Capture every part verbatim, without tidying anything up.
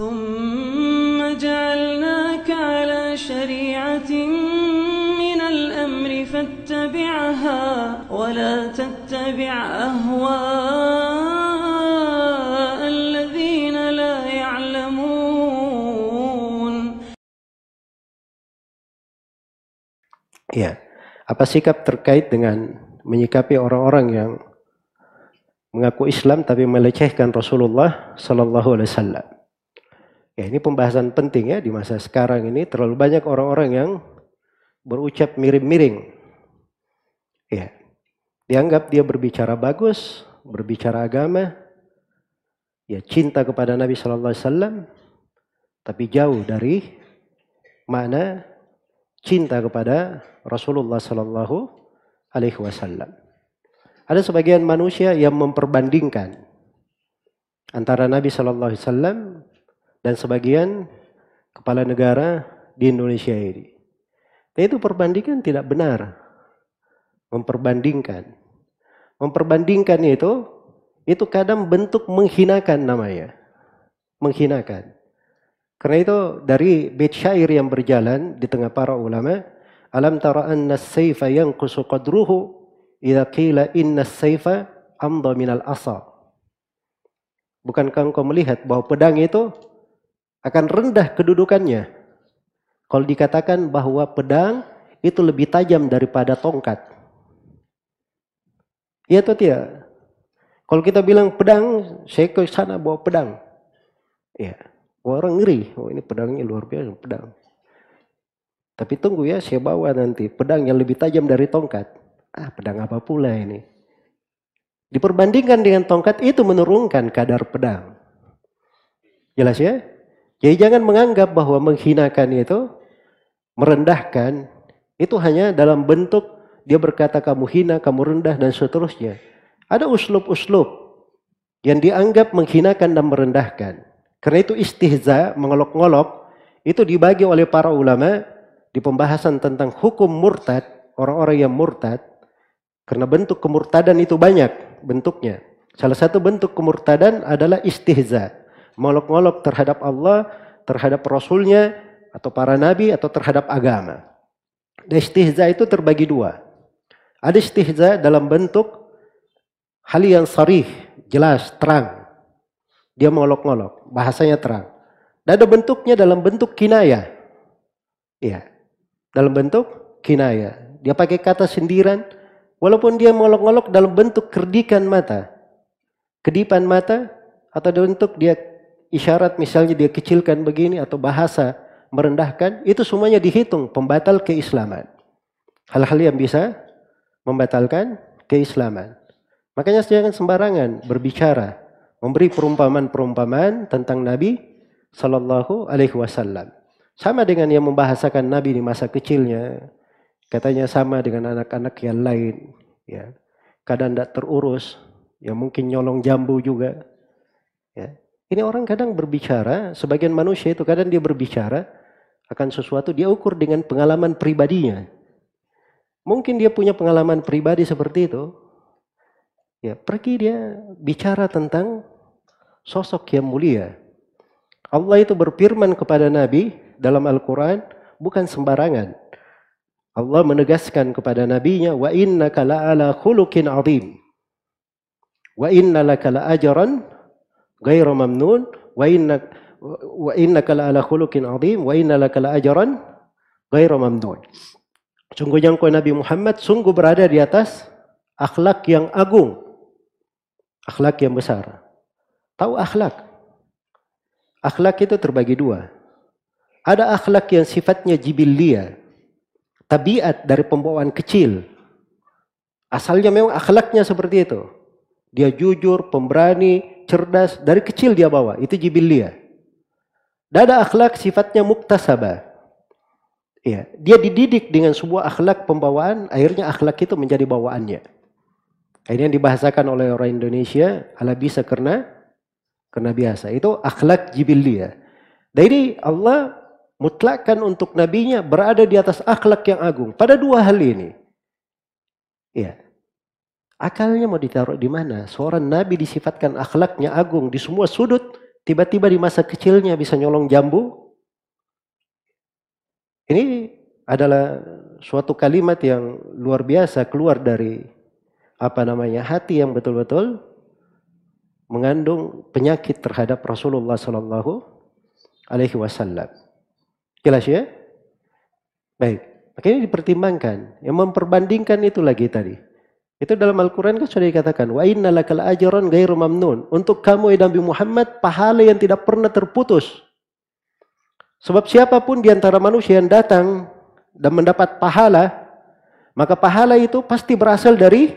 ثم جعلناك على شريعة من الأمر فاتبعها ولا تتبع أهواء الذين لا يعلمون. Ya, apa sikap terkait dengan menyikapi orang-orang yang mengaku Islam tapi melecehkan Rasulullah Sallallahu Alaihi Wasallam? Ya, ini pembahasan penting ya di masa sekarang ini. Terlalu banyak orang-orang yang berucap miring-miring. Ya, dianggap dia berbicara bagus, berbicara agama, ya cinta kepada Nabi Sallallahu Alaihi Wasallam, tapi jauh dari makna cinta kepada Rasulullah Sallallahu Alaihi Wasallam. Ada sebagian manusia yang memperbandingkan antara Nabi Sallallahu Alaihi Wasallam dan sebagian kepala negara di Indonesia ini. Dan itu perbandingan tidak benar. Memperbandingkan. Memperbandingkan itu, itu kadang bentuk menghinakan namanya. Menghinakan. Karena itu dari bait syair yang berjalan di tengah para ulama, alam tara anna as-sayfa yanqusu qadruhu idza qila inna as-sayfa amdha minal asa. Bukankah engkau melihat bahwa pedang itu akan rendah kedudukannya kalau dikatakan bahwa pedang itu lebih tajam daripada tongkat? Iya atau tidak? Kalau kita bilang pedang, saya ke sana bawa pedang. Ya, orang ngeri. Oh, ini pedangnya luar biasa, pedang. Tapi tunggu ya, saya bawa nanti pedang yang lebih tajam dari tongkat. Ah, pedang apa pula ini? Diperbandingkan dengan tongkat itu menurunkan kadar pedang. Jelas ya? Jadi jangan menganggap bahwa menghinakan itu, merendahkan, itu hanya dalam bentuk dia berkata kamu hina, kamu rendah, dan seterusnya. Ada uslub-uslub yang dianggap menghinakan dan merendahkan. Karena itu istihza, mengolok-ngolok, itu dibagi oleh para ulama di pembahasan tentang hukum murtad, orang-orang yang murtad. Karena bentuk kemurtadan itu banyak bentuknya. Salah satu bentuk kemurtadan adalah istihza. Mengolok-ngolok terhadap Allah, terhadap Rasulnya, atau para nabi, atau terhadap agama. Dan istihza itu terbagi dua. Ada istihza dalam bentuk hal yang sarih, jelas, terang. Dia mengolok-ngolok, bahasanya terang. Dan ada bentuknya dalam bentuk kinaya. Iya, dalam bentuk kinaya. Dia pakai kata sindiran, walaupun dia mengolok-ngolok dalam bentuk kerdikan mata. Kedipan mata, atau dalam bentuk dia isyarat misalnya dia kecilkan begini atau bahasa merendahkan, itu semuanya dihitung pembatal keislaman. Hal-hal yang bisa membatalkan keislaman. Makanya jangan sembarangan berbicara, memberi perumpamaan-perumpamaan tentang Nabi Sallallahu Alaihi Wasallam. Sama dengan yang membahasakan Nabi di masa kecilnya, katanya sama dengan anak-anak yang lain. Ya, kadang tidak terurus, ya mungkin nyolong jambu juga. Ya. Ini orang kadang berbicara, sebagian manusia itu kadang dia berbicara akan sesuatu, dia ukur dengan pengalaman pribadinya. Mungkin dia punya pengalaman pribadi seperti itu. Ya, pergi dia bicara tentang sosok yang mulia. Allah itu berfirman kepada Nabi dalam Al-Quran bukan sembarangan. Allah menegaskan kepada Nabi-Nya, wa innaka la'ala khuluqin azim. Wa inna laka la'ajran ghairu mamnun wa inna wa innaka la'ala khuluqin azim wa inna laka la'ajran ghairu mamnun. Sungguhnya engkau Nabi Muhammad sungguh berada di atas akhlak yang agung, akhlak yang besar. Tahu akhlak? Akhlak itu terbagi dua. Ada akhlak yang sifatnya jibiliyah, tabiat dari pembawaan kecil. Asalnya memang akhlaknya seperti itu. Dia jujur, pemberani, cerdas, dari kecil dia bawa. Itu jibiliyah. Dan ada akhlak sifatnya muktasabah. Ya, dia dididik dengan sebuah akhlak pembawaan, akhirnya akhlak itu menjadi bawaannya. Ini yang dibahasakan oleh orang Indonesia, ala bisa karena karena biasa. Itu akhlak jibiliyah. Dan ini Allah mutlakkan untuk nabinya berada di atas akhlak yang agung. Pada dua hal ini. Ya. Akalnya mau ditaruh di mana? Seorang nabi disifatkan akhlaknya agung di semua sudut, tiba-tiba di masa kecilnya bisa nyolong jambu. Ini adalah suatu kalimat yang luar biasa keluar dari apa namanya hati yang betul-betul mengandung penyakit terhadap Rasulullah Sallallahu Alaihi Wasallam. Jelas ya? Baik. Makanya dipertimbangkan. Yang memperbandingkan itu lagi tadi. Itu dalam Al-Quran kan sudah dikatakan, wa inna lakal ajran ghairu mamnun. Untuk kamu ya Nabi Muhammad pahala yang tidak pernah terputus. Sebab siapapun di antara manusia yang datang dan mendapat pahala, maka pahala itu pasti berasal dari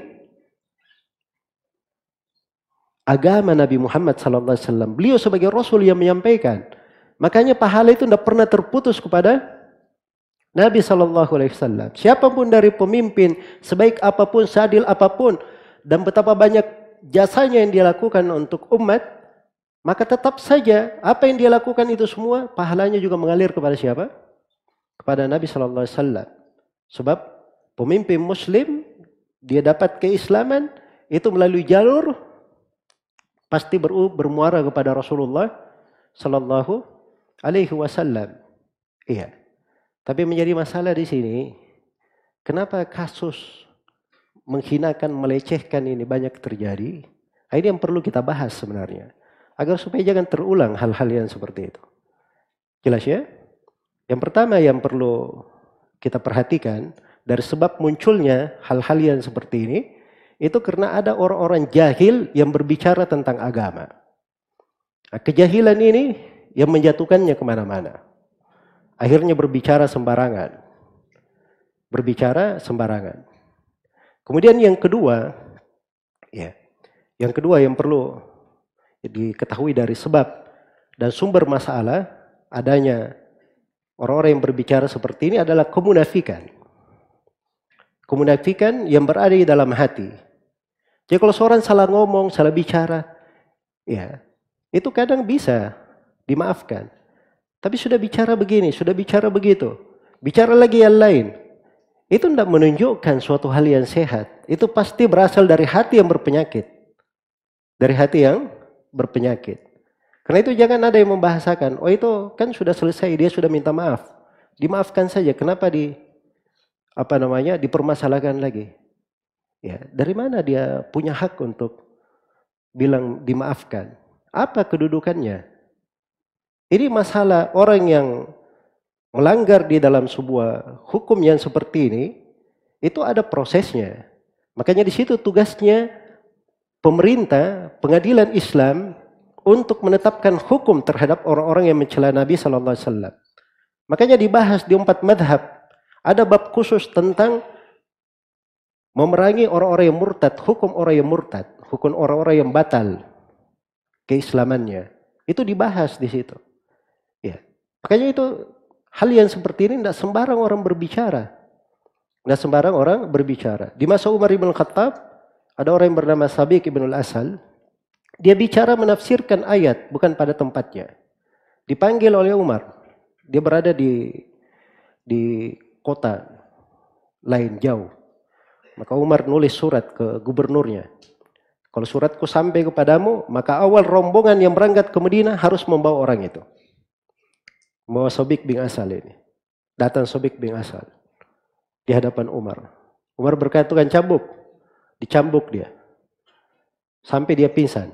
agama Nabi Muhammad sallallahu alaihi wasallam. Beliau sebagai Rasul yang menyampaikan. Makanya pahala itu tidak pernah terputus kepada Nabi sallallahu alaihi wasallam. Siapapun dari pemimpin, sebaik apapun, seadil apapun, dan betapa banyak jasanya yang dia lakukan untuk umat, maka tetap saja apa yang dia lakukan itu semua pahalanya juga mengalir kepada siapa? Kepada Nabi sallallahu alaihi wasallam. Sebab pemimpin muslim dia dapat keislaman itu melalui jalur pasti bermuara kepada Rasulullah sallallahu alaihi wasallam. Iya. Tapi menjadi masalah di sini, kenapa kasus menghinakan, melecehkan ini banyak terjadi? Ini yang perlu kita bahas sebenarnya. Agar supaya jangan terulang hal-hal yang seperti itu. Jelas ya? Yang pertama yang perlu kita perhatikan, dari sebab munculnya hal-hal yang seperti ini, itu karena ada orang-orang jahil yang berbicara tentang agama. Nah, kejahilan ini yang menjatuhkannya kemana-mana. Akhirnya berbicara sembarangan. Berbicara sembarangan. Kemudian yang kedua, ya, yang kedua yang perlu diketahui dari sebab dan sumber masalah adanya orang-orang yang berbicara seperti ini adalah kemunafikan. Kemunafikan yang berada di dalam hati. Jadi kalau seorang salah ngomong, salah bicara, ya, itu kadang bisa dimaafkan. Tapi sudah bicara begini, sudah bicara begitu. Bicara lagi yang lain. Itu tidak menunjukkan suatu hal yang sehat. Itu pasti berasal dari hati yang berpenyakit. Dari hati yang berpenyakit. Karena itu jangan ada yang membahasakan, oh itu kan sudah selesai, dia sudah minta maaf. Dimaafkan saja, kenapa di apa namanya dipermasalahkan lagi? Ya, dari mana dia punya hak untuk bilang dimaafkan? Apa kedudukannya? Ini masalah orang yang melanggar di dalam sebuah hukum yang seperti ini, itu ada prosesnya. Makanya di situ tugasnya pemerintah, pengadilan Islam untuk menetapkan hukum terhadap orang-orang yang mencela Nabi sallallahu alaihi wasallam. Makanya dibahas di empat madhab. Ada bab khusus tentang memerangi orang-orang yang murtad, hukum orang yang murtad, hukum orang-orang yang batal keislamannya. Itu dibahas di situ. Ya. Makanya itu hal yang seperti ini tidak sembarang orang berbicara. Tidak sembarang orang berbicara. Di masa Umar ibn Khattab, ada orang yang bernama Sabiq ibn al-Asal. Dia bicara menafsirkan ayat, bukan pada tempatnya. Dipanggil oleh Umar. Dia berada di di kota lain jauh. Maka Umar nulis surat ke gubernurnya. Kalau suratku sampai kepadamu, maka awal rombongan yang berangkat ke Madinah harus membawa orang itu. Membawa Sabiq bin Asal ini. Datang Sabiq bin Asal di hadapan Umar. Umar berkata, kan cambuk. Dicambuk dia. Sampai dia pingsan.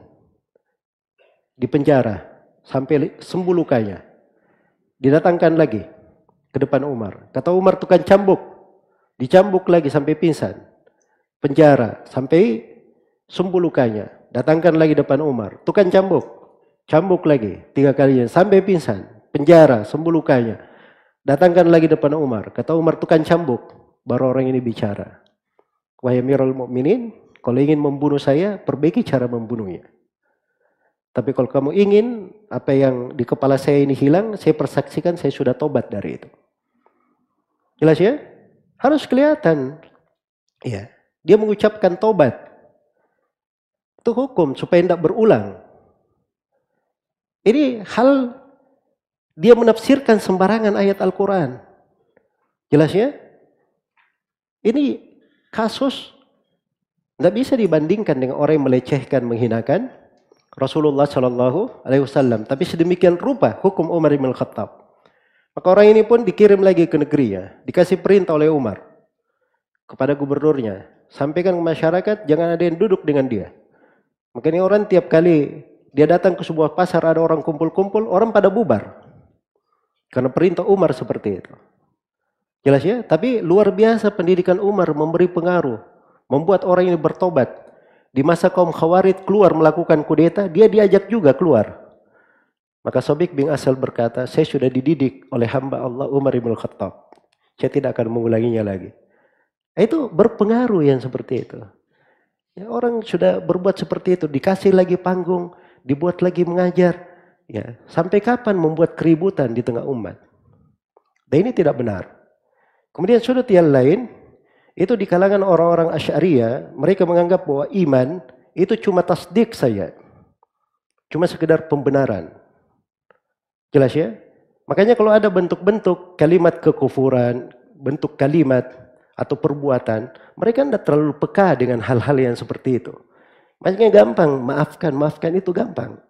Di penjara. Sampai sembuh lukanya. Didatangkan lagi ke depan Umar. Kata Umar, tukang cambuk. Dicambuk lagi sampai pingsan. Penjara. Sampai sembuh lukanya. Datangkan lagi depan Umar. Tukang cambuk. Cambuk lagi. Tiga kalinya. Sampai pingsan. Penjara. Sembuh lukanya. Datangkan lagi depan Umar. Kata Umar, tukang cambuk. Baru orang ini bicara. Wahai Amirul Mukminin, kalau ingin membunuh saya, perbaiki cara membunuhnya. Tapi kalau kamu ingin apa yang di kepala saya ini hilang, saya persaksikan saya sudah tobat dari itu. Jelas ya? Harus kelihatan. Ya, dia mengucapkan tobat. Itu hukum supaya tidak berulang. Ini hal dia menafsirkan sembarangan ayat Al-Quran. Jelas ya? Ini kasus tidak bisa dibandingkan dengan orang yang melecehkan, menghinakan Rasulullah Shallallahu Alaihi Wasallam. Tapi sedemikian rupa hukum Umar bin Khattab. Maka orang ini pun dikirim lagi ke negerinya, dikasih perintah oleh Umar kepada gubernurnya, sampaikan ke masyarakat jangan ada yang duduk dengan dia. Makanya orang tiap kali dia datang ke sebuah pasar ada orang kumpul-kumpul, orang pada bubar. Karena perintah Umar seperti itu. Jelas ya? Tapi luar biasa pendidikan Umar memberi pengaruh, membuat orang ini bertobat. Di masa kaum Khawarij keluar melakukan kudeta, dia diajak juga keluar. Maka Sobik bin Asal berkata, saya sudah dididik oleh hamba Allah Umar bin Khattab. Saya tidak akan mengulanginya lagi. Itu berpengaruh yang seperti itu. Ya, orang sudah berbuat seperti itu, dikasih lagi panggung, dibuat lagi mengajar. Ya, sampai kapan membuat keributan di tengah umat? Dan ini tidak benar. Kemudian sudut yang lain, itu di kalangan orang-orang Asy'ariyah, mereka menganggap bahwa iman itu cuma tasdik saja. Cuma sekedar pembenaran. Jelas ya? Makanya kalau ada bentuk-bentuk kalimat kekufuran, bentuk kalimat atau perbuatan, mereka tidak terlalu peka dengan hal-hal yang seperti itu. Makanya gampang, maafkan, maafkan itu gampang.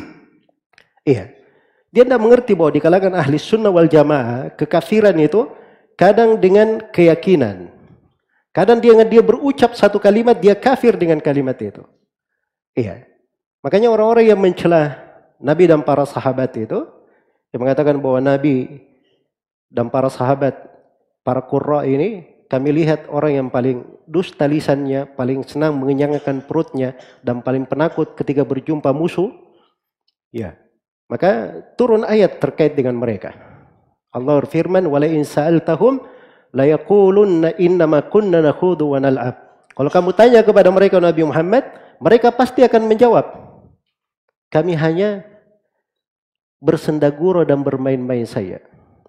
Iya. Dia tidak mengerti bahwa di kalangan ahli sunnah wal jamaah, kekafiran itu kadang dengan keyakinan. Kadang dia dia berucap satu kalimat, dia kafir dengan kalimat itu. Iya. Makanya orang-orang yang mencela Nabi dan para sahabat itu, yang mengatakan bahwa Nabi dan para sahabat, para qurra ini, kami lihat orang yang paling dusta lisannya, paling senang mengenyangkan perutnya, dan paling penakut ketika berjumpa musuh. Ya, maka turun ayat terkait dengan mereka. Allah berfirman, "Wala in sa'altahum la yaqulunna innama kunna nakhudu wa nal'ab." Kalau kamu tanya kepada mereka Nabi Muhammad, mereka pasti akan menjawab, kami hanya bersendaguro dan bermain-main saja.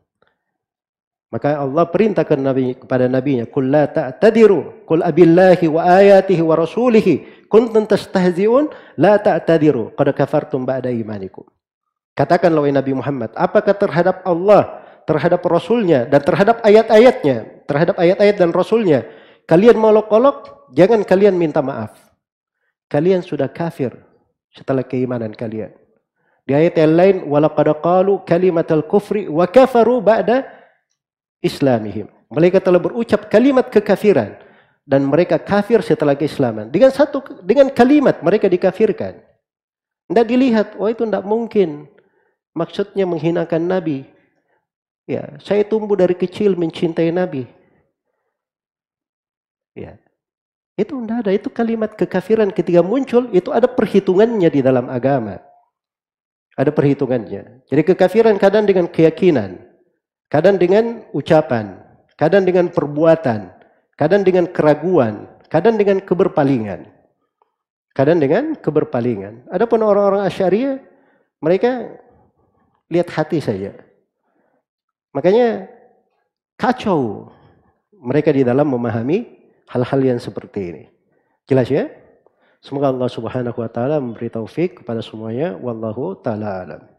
Maka Allah perintahkan Nabi kepada nabinya, "Qul la ta'tadiru, qul abillahi wa ayatihi wa rasulihi kuntum tastahzi'un la ta'tadiru qad kafartum ba'da imanikum." Katakanlah wahai Nabi Muhammad, apakah terhadap Allah, terhadap Rasulnya dan terhadap ayat-ayatnya, terhadap ayat-ayat dan Rasulnya kalian molok-olok, jangan kalian minta maaf. Kalian sudah kafir setelah keimanan kalian. Di ayat yang lain, walaqad qalu kalimatal kufri wa kafaru ba'da islamihim. Mereka telah berucap kalimat kekafiran dan mereka kafir setelah keislaman. Dengan satu dengan kalimat mereka dikafirkan. Tidak dilihat, oh itu tidak mungkin. Maksudnya menghinakan Nabi. Ya, saya tumbuh dari kecil mencintai Nabi. Ya. Itu tidak ada, itu kalimat kekafiran ketika muncul itu ada perhitungannya di dalam agama. Ada perhitungannya. Jadi kekafiran kadang dengan keyakinan, kadang dengan ucapan, kadang dengan perbuatan, kadang dengan keraguan, kadang dengan keberpalingan. Kadang dengan keberpalingan. Adapun orang-orang Asy'ariyah, mereka lihat hati saja. Makanya kacau mereka di dalam memahami hal-hal yang seperti ini. Jelas ya? Semoga Allah Subhanahu wa taala memberi taufik kepada semuanya. Wallahu taala alam.